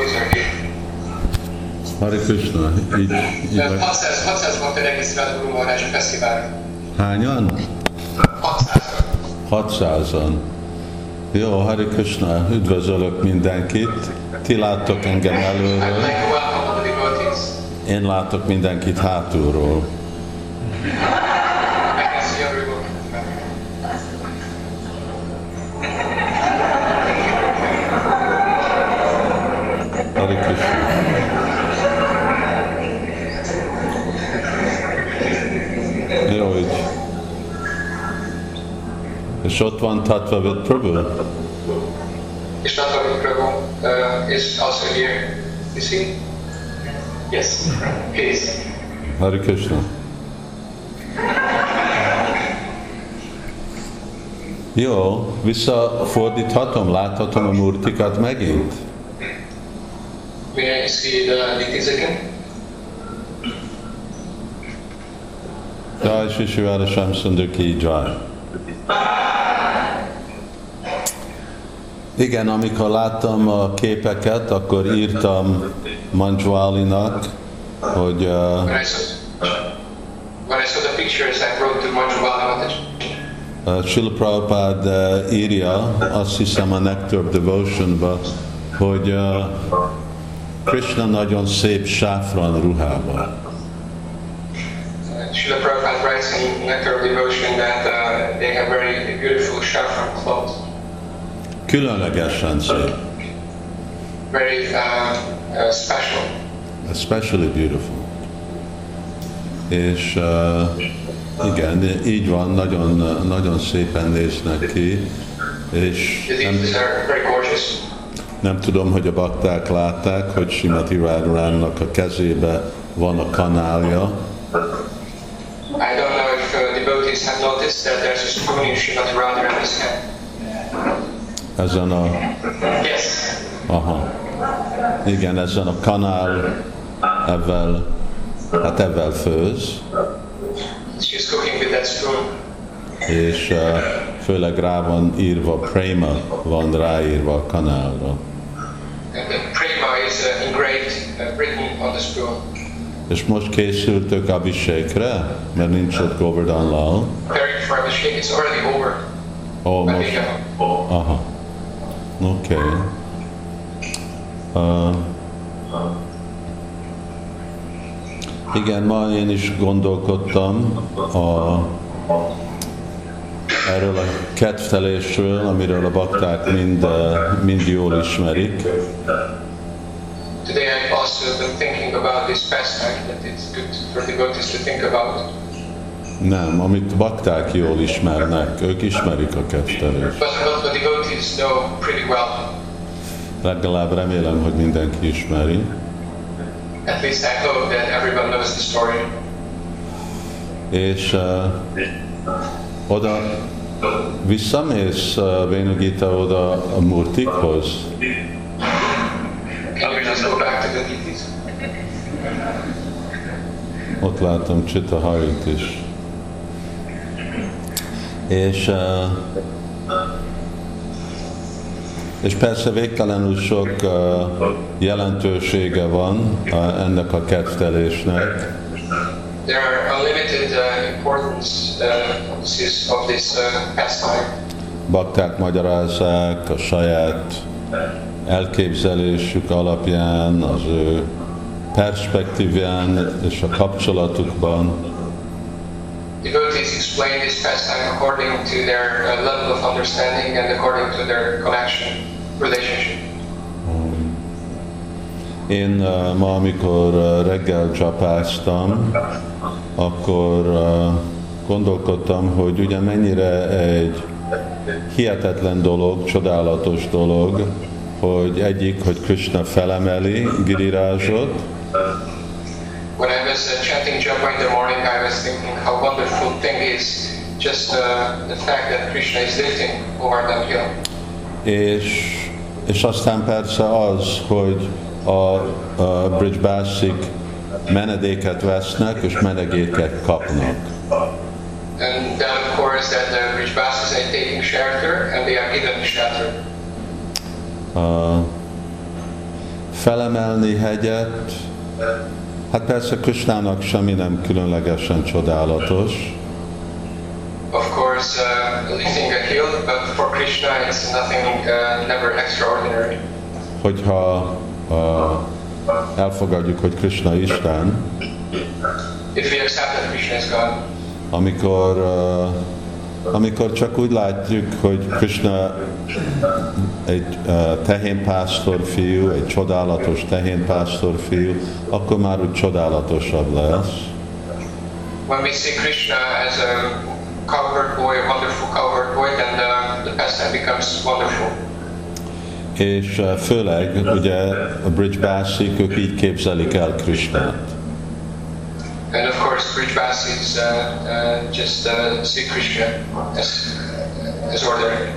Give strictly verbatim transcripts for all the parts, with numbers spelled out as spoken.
devotees are here. Hare Krishna, így, így vagy. hatszáz bakta regisztrált Guru Maharaj fesztiválra. Hányan? hatszáz. hatszázan. Jó, Hare Krishna, üdvözölök mindenkit. Ti láttok engem előről. I'd like to welcome all the devotees. Én látok mindenkit hátulról. I can see everyone. Hare Krishna. Jó, így. És ott van Tattva Prabhu. És Tattva Prabhu uh, is also here. Is he? Yes, please. Hare Krishna. Jó, visszafordíthatom, láthatom a murtikat megint. May I see the deities again? Jai Shri Shri Radha Shyam Sundar ki Jai. Igen, amikor láttam a képeket, akkor írtam Manjwalinak, hogy uh, When I saw, when I saw the pictures, I wrote to Manjwali uh, Srila Prabhupada uh, írja, azt hiszem a Nectar of Devotion-ba, hogy uh, Krishna nagyon szép sáfran ruhában. Srila Prabhupada writes in Nectar of Devotion that uh, they have very beautiful saffron clothes. Különlegesen szép. Very uh, uh, special. Especially beautiful. És uh, igen, így van, nagyon, nagyon szépen néznek ki, és The nem, deities are very gorgeous. nem tudom, hogy a bakták látták, hogy Srimati Radharaninak a kezébe van a kanálja, I don't know if uh, devotees have noticed that there's a spoon in Srimati Radharani's hand. ezen a, Yes. aha, igen, ezen a kanál, ebben, hát ebben főz, She's cooking with that spoon. és uh, főleg rá van írva, Prema van ráírva a kanálra. And the prema is uh, engraved, uh, written on the spoon. És most készültök Abhishekre, mert nincs ott Govardhan Lal. Preparing for the shake, it's already over. Ó, But most, they have- aha, oké. Okay. Uh, igen, ma én is gondolkodtam a, erről a kedvtelésről, amiről a bakták mind, uh, mind jól ismerik. Today I've also been thinking about this pastime that it's good for devotees to think about. Nem, amit bakták jól ismernek, ők ismerik a kedvtelést. But what the devotees know pretty well. Legalább remélem, hogy mindenki ismeri. At least I hope that everyone knows the story. És uh, oda visszamész uh, Vénugita oda a murtikhoz? Can you just go back to the deities? Ott látom Chitta Harit is. És, uh, és persze végtelenül sok uh, jelentősége van uh, ennek a kedvtelésnek. There are unlimited uh, importance uh, of this uh, pastime. Bakták magyarázzák a saját elképzelésük alapján, az ő perspektívján és a kapcsolatukban. Devotees explain this pastime according to their uh, level of understanding and according to their connection, relationship. Én uh, ma, amikor uh, reggel csapáztam, akkor uh, gondolkodtam, hogy ugye mennyire egy hihetetlen dolog, csodálatos dolog, hogy egyik, hogy Krishna felemeli Girirázsot, When I was uh, chanting Japa in the morning, I was thinking how wonderful thing is just uh, the fact that Krishna is lifting Govardhan Hill. és, és aztán persze az, hogy a, a Brijbászik menedéket vesznek, és menedéket kapnak. And then of course that the Brijbasis are taking shelter and they are given shelter. Uh, felemelni hegyet, hát persze Krishnának semmi nem különlegesen csodálatos. Of course, uh, lifting a hill, but for Krishna it's nothing, uh, never extraordinary. Hogyha uh, elfogadjuk, hogy Krishna Isten, If we accept that Krishna is God, amikor, uh, amikor csak úgy látjuk, hogy Krishna egy uh, tehénpásztor fiú, egy csodálatos tehénpásztor fiú, akkor már úgy csodálatosabb lesz. when we see Krishna as a cowherd boy, a wonderful cowherd boy, then the, the pastime becomes wonderful. És uh, főleg ugye a Brijbászik, ők így képzelik el Krishnát. And of course, Brijbasis uh, uh, just uh, see Krishna as, as ordinary.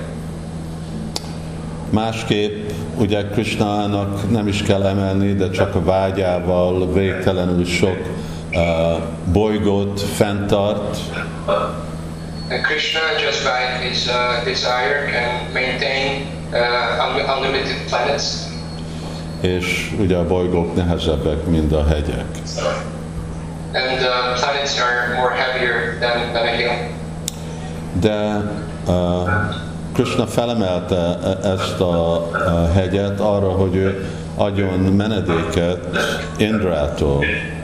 Másképp ugye Krishnának nem is kell emelni, de csak a vágyával végtelenül sok uh, bolygót fenntart. And Krishna, just by his uh, desire, can maintain uh, unlimited planets. És ugye a bolygók nehezebbek, mint a hegyek. And uh, planets are more heavier than, than a hill. De uh, Krishna felemelte ezt a, a hegyet arra, hogy ő adjon menedéket Indrától.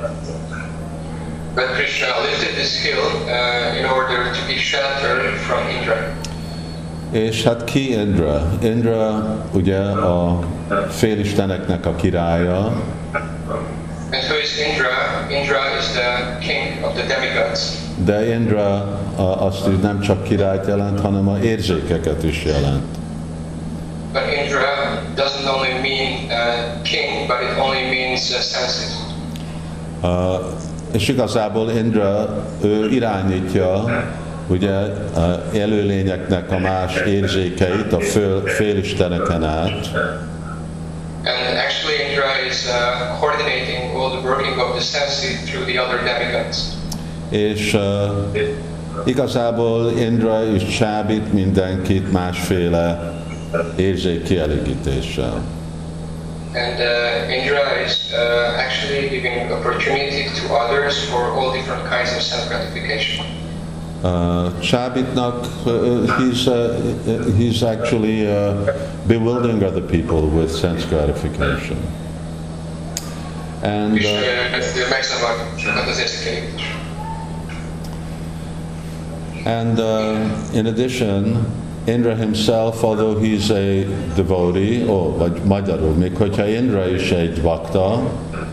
But Krishna lifted this hill uh, in order to be sheltered from Indra. És hát ki Indra? Indra ugye a félisteneknek a királya. And who is Indra? Indra is the king of the demigods. De Indra azt is nem csak királyt jelent, hanem az érzékeket is jelent. But Indra doesn't only mean uh, king, but it only means uh, senses. Uh, és igazából Indra ő irányítja ugye élőlényeknek a más érzékeit a föl, félisteneken át. And actually Indra is uh, coordinating all the working of the senses through the other demigods. És uh, igazából Indra is csábít mindenkit másféle érzékkielégítéssel. And uh, Indra is uh, actually giving opportunity to others for all different kinds of self gratification. Uh, Csábitnak, uh, he's, uh, he's actually uh, bewildering other people with sense gratification. And, És uh, ő megzavar sokat az érzékelés. and uh, in addition, Indra himself, although he's a devotee, oh, vagy magyarul, még hogyha Indra is egy bakta, Uh,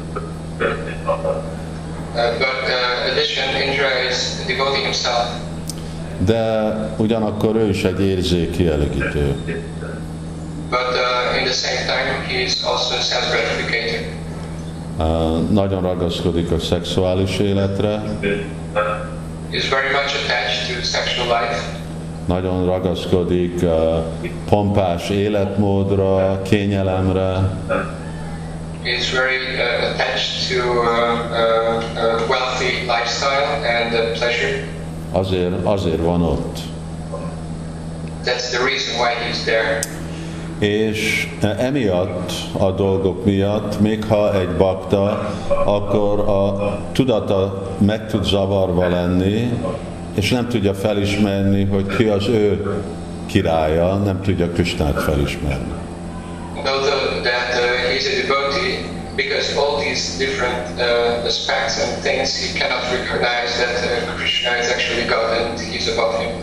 but uh, addition, Indra is a devotee himself. de ugyanakkor ő is egy érzékkielégítő. But uh, in the same time, he is also self-gratificating. Uh, nagyon ragaszkodik a szexuális életre, He is very much attached to sexual life. nagyon ragaszkodik uh, pompás életmódra, kényelemre, He is very uh, attached to uh, uh, a wealthy lifestyle and uh, pleasure. azért, azért van ott. That's the reason why he's there. És emiatt a dolgok miatt, még ha egy bakta, akkor a tudata meg tud zavarva lenni, és nem tudja felismerni, hogy ki az ő királya, nem tudja Krishnát felismerni. Although that uh, he's a devotee, because all these different uh, aspects and things, he cannot recognize that uh, Krishna is actually God and he's above him.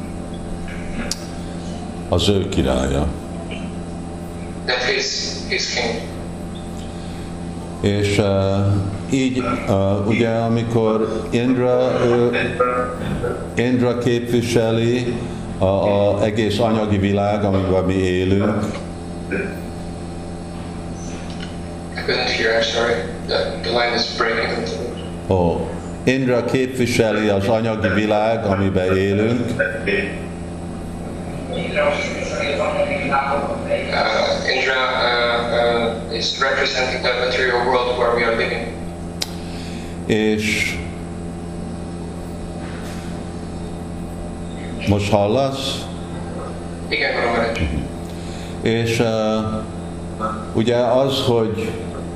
Az ő királya. That he's his king. És uh, így, uh, ugye, amikor Indra, ő, Indra képviseli a, a egész anyagi világ, amiben mi élünk, I couldn't hear, I'm sorry. The, the line is breaking a little. ó, Indra képviseli az anyagi világ, amiben élünk, Uh, Indra uh, uh, is representing the material world where we are living. és most hallasz? Igen, Guru Maharaj. És uh, ugye az, hogy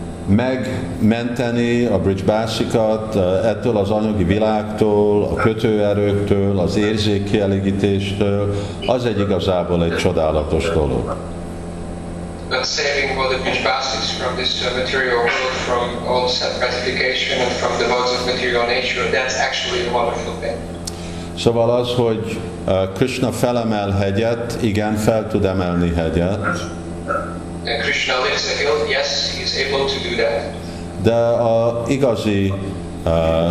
megmenteni a Brijbászikat ettől az anyagi világtól, a kötőerőktől, az érzékkielégítéstől, az egy igazából egy csodálatos dolog. But saving all the Brijbasics from this uh, material world, from all self-gratification and from the modes of material nature, that's actually a wonderful thing. Szóval az, hogy Krishna felemel hegyet, igen, fel tud emelni hegyet. And Krishna lifts a hill, yes, he's able to do that. De a igazi uh,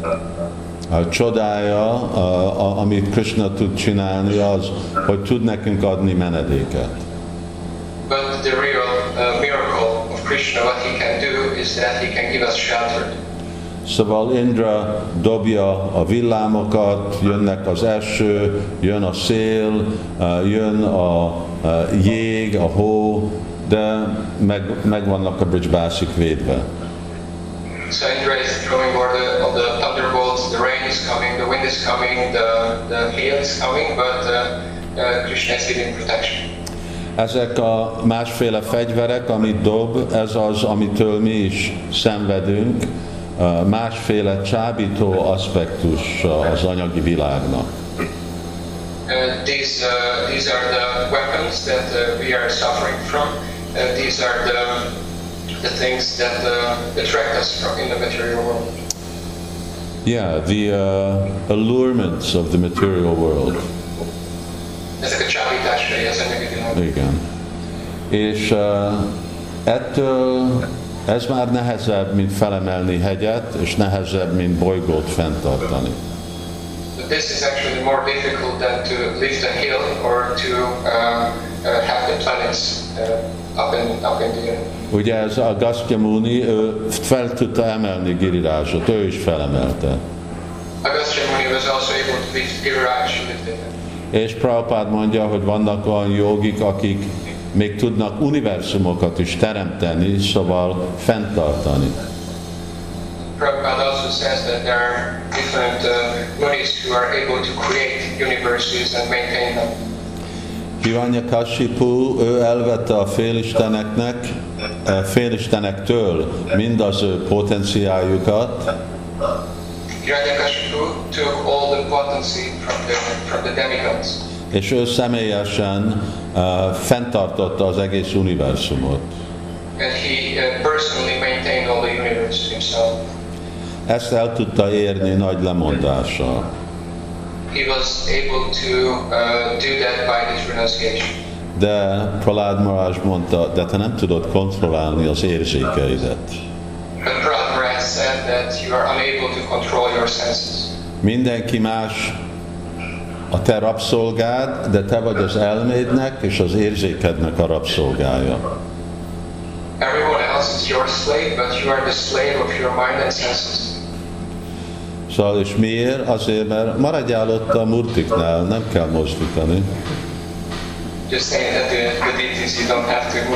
a csodája, a, a, amit Krishna tud csinálni, az, hogy tud nekünk adni menedéket. But the real uh, miracle of Krishna, what he can do, is that he can give us shelter. Szóval Indra dobja a villámokat, jönnek az eső, jön a szél, jön a jég, a hó, de meg, meg vannak a Brijbásik védve. So Indra is throwing all the, all the thunderbolts, the rain is coming, the wind is coming, the, the hail is coming, but uh, uh, Krishna is giving protection. Ezek a másféle fegyverek, amit dob, ez az, amitől mi is szenvedünk, másféle csábító aspektus az anyagi világnak. Uh, these, uh, these are the weapons that uh, we are suffering from. Uh, these are the, the things that uh, attract us from in the material world. Yeah, the uh, allurements of the material world. Ezek a csábításai az anyagi világnak. Igen. És uh, ettől ez már nehezebb, mint felemelni hegyet, és nehezebb, mint bolygót fenntartani. But this is actually more difficult than to lift a hill or to uh, uh, have the planets uh, up, in, up in the air. Ugye ez Agastya Muni, ő fel tudta emelni Girirázsot, ő is felemelte. Agastya Muni was also able to lift Giriraj, lifted him. És Prabhupád mondja, hogy vannak olyan jogik, akik még tudnak univerzumokat is teremteni, szóval fenntartani. Prabhupada also says that there are different uh, munis who are able to create universes and maintain them. Hiranyakashipu, ő elvette a félisteneknek, félistenektől mind az ő potenciáljukat, Hiranyakashipu took all the potency from the, from the demigods. És ő személyesen uh, fenntartotta az egész univerzumot. And he uh, personally maintained all the universe himself. Ezt el tudta érni nagy lemondással. He was able to uh, do that by his renunciation. De Prahlad Maharaj mondta, de te nem tudod kontrollálni az érzékeidet. But Prahlad Maharaj said that you are unable to control your senses. Mindenki más a te rabszolgád, de te vagy az elmédnek és az érzékednek a rabszolgája. Everyone else is your slave, but you are the slave of your mind and senses. Szóval és miért? Azért, mert maradjál ott a murtiknál, nem kell mozdítani. Just saying that the, the deities you don't have to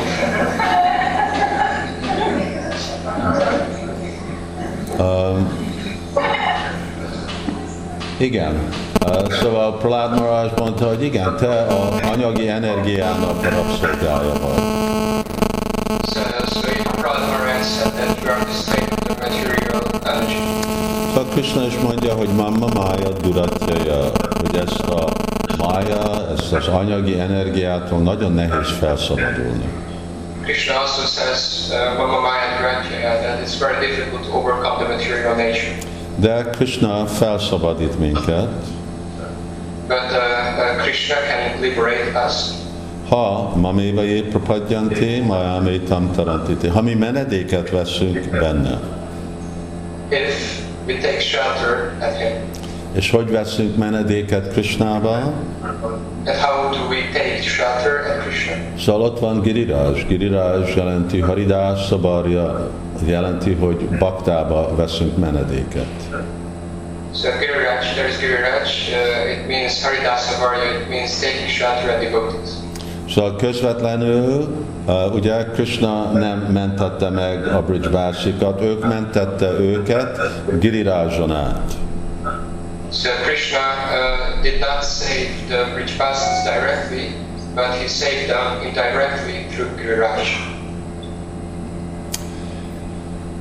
move. Um, igen. Uh, szóval Prahlad Maharaj mondta, hogy igen, te az anyagi energiának a rabszolgája vagy. So, so Prahlad Maharaj said that you are the slave of the material energy. Szóval Krishna is mondja, hogy Mamma Maya Duratjaya, hogy ezt a Maya, ezt az anyagi energiától nagyon nehéz felszabadulni. Krishna also says, uh, Mama Maya Duratjaya, that it's very difficult to overcome the material nature. De Krishna felszabadít minket, But uh, uh, Krishna can liberate us. ha maméva jé prapadjanti, mayamétam tarantiti. Ha mi menedéket veszünk benne. If we take shelter at him. És hogy veszünk menedéket Krishnába? And how do we take shelter at Krishna? Szóval ott van Giriraj. Giriraj jelenti Haridás Szabarja, jelenti, hogy baktába veszünk menedéket. So Giriraj, there's Giriraj, uh, it means Haridasa Varya, it means taking shelter at devotees. Szóval közvetlenül, uh, ugye Krishna nem mentette meg a Brijbásikat, ők mentette őket Girirajon át. So Krishna uh, did not save the Brijbasics directly, but he saved them indirectly through Giriraj.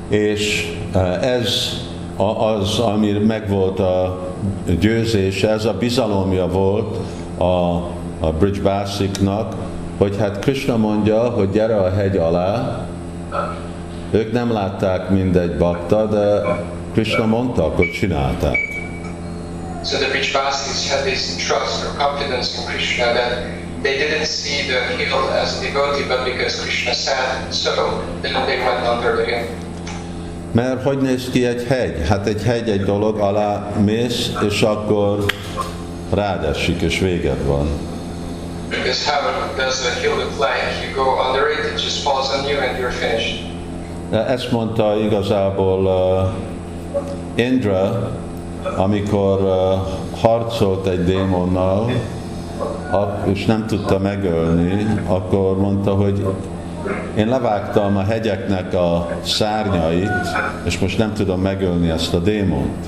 És ez az, ami megvolt a győzés, ez a bizalomja volt a, a Brijbasiknak, hogy hát Krishna mondja, hogy gyere a hegy alá. Ők nem látták mindegy bakta, de Krishna mondta, akkor csinálták. So the Brijbasis had this trust or confidence in Krishna that they didn't see the hill as a devotee, but because Krishna said so, then they went under the hill. Mert hogy néz ki egy hegy? Hát egy hegy egy dolog, alá mész, és akkor rád esik, és véged van. Because how does a hill look like? You go under it, it just falls on you and you're finished. Ezt mondta igazából uh, Indra, amikor uh, harcolt egy démonnal, és nem tudta megölni, akkor mondta, hogy én levágtam a hegyeknek a szárnyait, és most nem tudom megölni ezt a démont.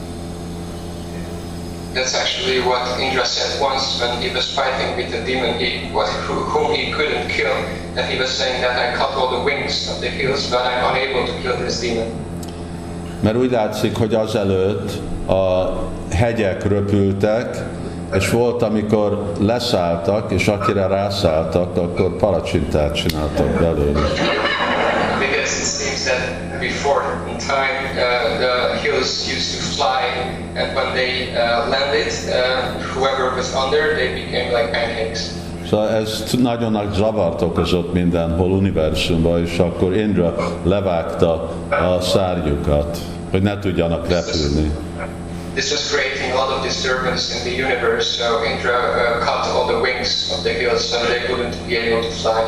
That's actually what Indra said once when he was fighting with the demon he, what, whom he couldn't kill. And he was saying that I cut all the wings of the hills, but I'm unable to kill this demon. Mert úgy látszik, hogy azelőtt a hegyek röpültek, és volt, amikor leszálltak, és akire rászálltak, akkor palacsintát csináltak belőle. Because it seems that before in time uh, the hills used to fly, and when they uh, landed, uh, whoever was under, they became like pancakes. Szóval ez nagyon nagy zavart okozott mindenhol univerzumban, és akkor Indra levágta a szárnyukat, hogy ne tudjanak repülni. This was creating a lot of disturbance in the universe, so Indra uh, cut all the wings of the hills so they wouldn't be able to fly.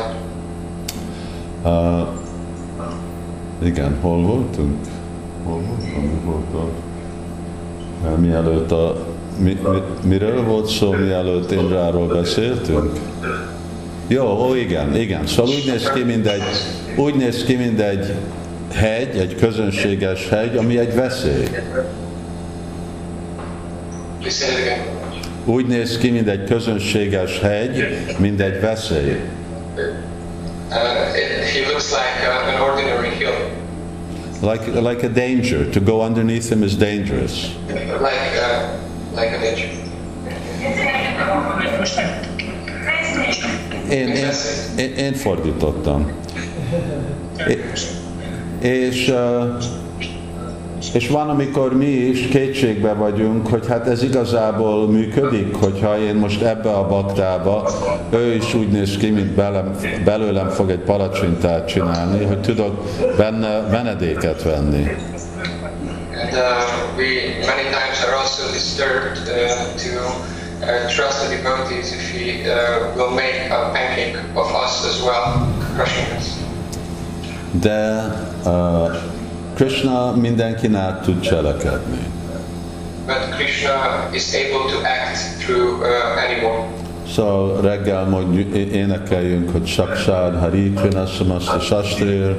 Uh, igen, hol voltunk? Hol voltunk? Mi volt a... Mielőtt a... Mi, mi, miről volt szó, mielőtt Indráról beszéltünk? Jó, ó, igen, igen. Szóval úgy néz ki, mint egy, úgy néz ki, mint egy hegy, egy közönséges hegy, ami egy veszély. Úgy néz ki, mint egy közönséges hegy, mint egy veszély. Uh, it, he looks like uh, an ordinary hill. Like, like a danger. To go underneath him is dangerous. Like, uh, like a danger. Én, én, én, én fordítottam. É, és, uh, és van, amikor mi is kétségbe vagyunk, hogy hát ez igazából működik, hogyha én most ebbe a baktába, ő is úgy néz ki, mint belem, belőlem fog egy palacsintát csinálni, hogy tudok benne menedéket venni. And uh, we many times are also disturbed uh, to uh, trust the devotees if he uh, will make a pancake of us as well, crushing us. De uh, Krishna mindenkin át tud cselekedni. But Krishna is able to act through uh, anyone. Szóval reggel mondjuk, énekeljünk, hogy Saksad Hari Krinasamasta Shastrir.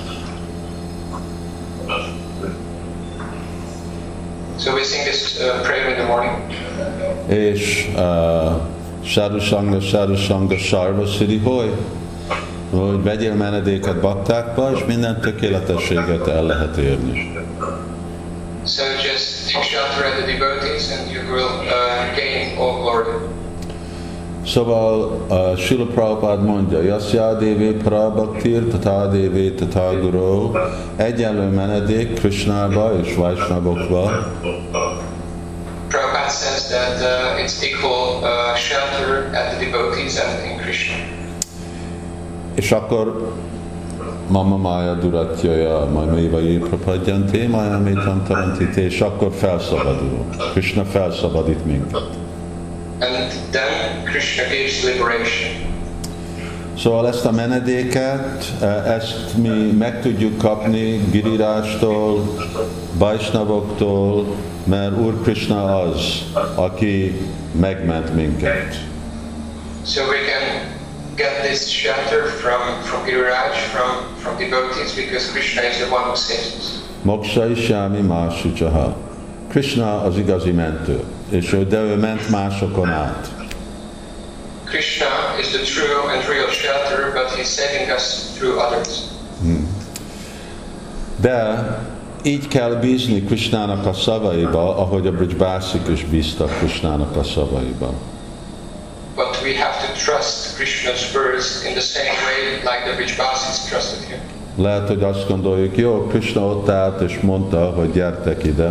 So we sing this uh, prayer in the morning. És uh, Sadhusanga, Sadhusanga, Sarva Siddhi Hoy. Hogy vegyél menedéket baktákba, és minden tökéletességet el lehet érni. So just take shelter at the devotees and you will uh, gain all glory. Szóval uh, Srila Prabhupada mondja, Yasya Devi Prabhaktir Tata Devi Tata Guru, egyenlő menedék Krishnába és Vaishnavokba. Prabhupada says that uh, it's equal uh, shelter at the devotees and in Krishna. És akkor Mama Maya Duratyaja, Maiva Jéprapadjanté, Maya Métam Tarantité, és akkor felszabadul. Krishna felszabadít minket. And then Krishna gives liberation. Szóval ezt a menedéket, ezt mi meg tudjuk kapni Girirástól, Vaishnavoktól, mert Úr Krishna az, aki megment minket. So we can get this shelter from, from Giriraj, from, from devotees, because Krishna is the one who saves us. Moksha isyami másucsaha. Krishna az igazi mentő, és ő, de ő ment másokon át. Krishna is the true and real shelter, but he's saving us through others. Hmm. De így kell bízni Krishnának a szavaiba, ahogy a Brijbászik is bíztak Krishnának a szavaiba. But we have to trust Krishna's words in the same way like the Brijbasis trusted him. Lehet, hogy azt gondoljuk, jó, Krishna ott állt és mondta, hogy gyertek ide.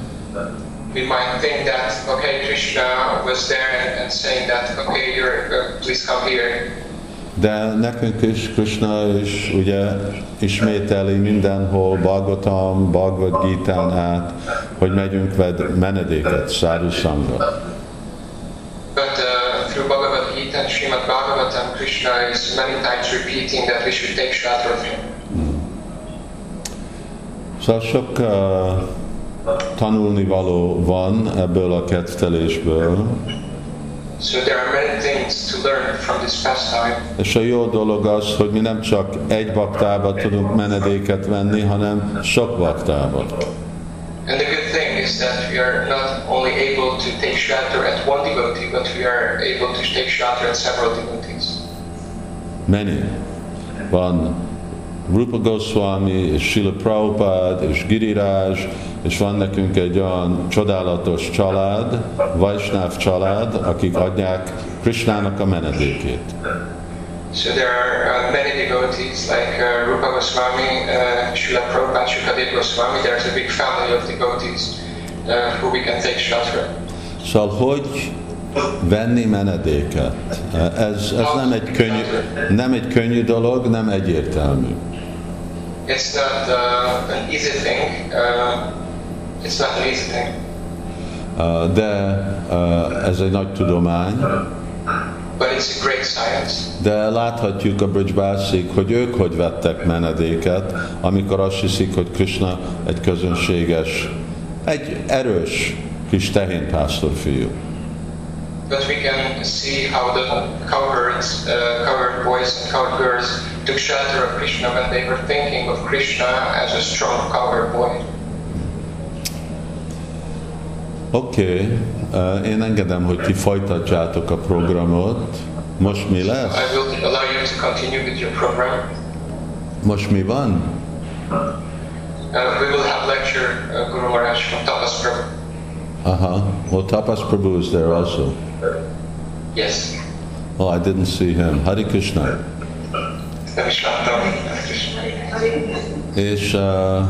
We might think that, okay, Krishna was there and, and saying that, okay, you're, uh, please come here. De nekünk is Krishna is ugye ismételi mindenhol Bhagavatam, Bhagavad Gitán át, hogy megyünk ved menedéket, Sadhu Sangha. But uh, through Bhagavad Gita and Srimad Bhagavatam, Krishna is many times repeating that we should take shelter of him. Hmm. Szóval sok uh, tanulnivaló van ebből a kettelésből. So there are many things to learn from this pastime. És a jó dolog az, hogy mi nem csak egy baktába tudunk menedéket venni, hanem sok baktába. And the good thing is that we are not only able to take shelter at one devotee, but we are able to take shelter at several devotees. Many. Van Rupa Goswami, és Srila Prabhupada, és Giriraj, és van nekünk egy olyan csodálatos család, Vaisnáv család, akik adják Krishnának a menedékét. So there are uh, many devotees like uh, Rupa Goswami, uh, Srila Prabhupada, Shukadev Goswami. There's a big family of devotees uh, who we can take shelter. Szóval hogy venni menedéket? Ez, ez nem, egy könnyű, nem egy könnyű dolog, nem egyértelmű. It's not uh, an easy thing. Uh, it's not an easy thing. Uh, de uh, ez egy nagy tudomány. But it's a great science. De láthatjuk a Brijbászik, hogy ők hogy vettek menedéket, amikor azt hiszik, hogy Krishna egy közönséges, egy erős kis tehénpásztor fiú. But we can see how the cowherds, uh, cowherd boys and cowherd girls took shelter of Krishna when they were thinking of Krishna as a strong cowherd boy. Oké, okay. uh, én engedem, hogy ti folytatjátok a programot. Most mi lesz? I will allow you to continue with your program. Most mi van? Uh, we will have lecture uh, Guru Maharaj from Tapas Prabhu. Uh-huh. Well, Tapas Prabhu is there also. Yes. Oh, I didn't see him. Hare Krishna. Nem is láttam. És, uh,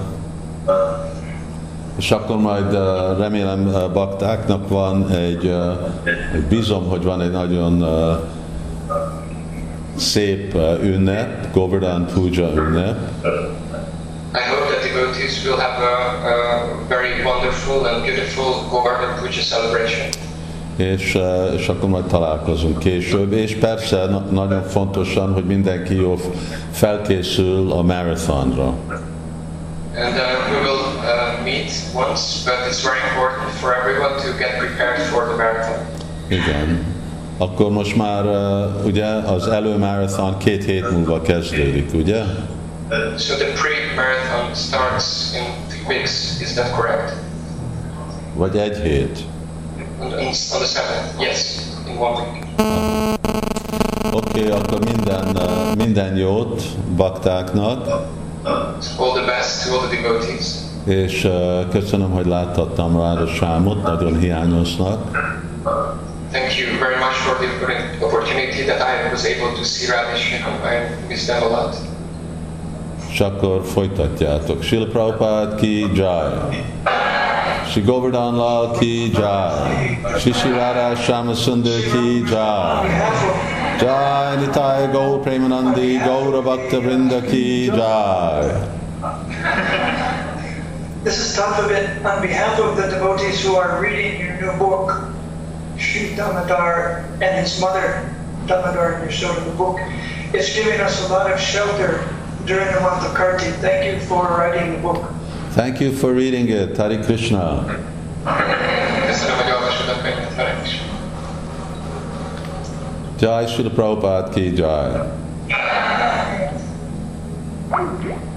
és akkor majd uh, remélem uh, baktáknak van egy, uh, egy bízom, hogy van egy nagyon uh, szép uh, ünnep, Govardhan Puja ünnep. I hope that devotees will have a, a very wonderful and beautiful Govardhan Puja celebration. És, uh, és akkor majd találkozunk később, és persze na- nagyon fontosan, hogy mindenki jól felkészül a marathonra. And uh, we will uh, meet once, but it's very important for everyone to get prepared for the marathon. Igen. Akkor most már uh, ugye az előmarathon két hét múlva kezdődik, ugye? So the pre-marathon starts in two weeks, is that correct? Vagy egy hét? On, on, on the seventh, yes, in one week. Oké, okay, akkor minden, uh, minden jót baktáknak, So all the best to all the devotees. és uh, köszönöm, hogy láthattam Ráda Sámot, nagyon hiányosnak. Thank you very much for the opportunity that I was able to see Radhisham. I missed them a lot. És akkor folytatjátok. Srila Prabhupada ki jai. Shri Govardhan Lal ki jai. Shri Shri Radha Shama Sundar ki jai. Jai Nitai Gaur Premanandi Gaura Bhakta Vrinda ki jai. This is Tattva on behalf of the devotees who are reading your new book, Sri Damodar and his mother, Damodar and Yashoda, the book. It's giving us a lot of shelter during the month of Kartik. Thank you for writing the book. Thank you for reading it. Hare Krishna. Köszönöm, hogy olvasod a könyvet, Hare Krishna. Jai Srila Prabhupada ki jai. Thank you.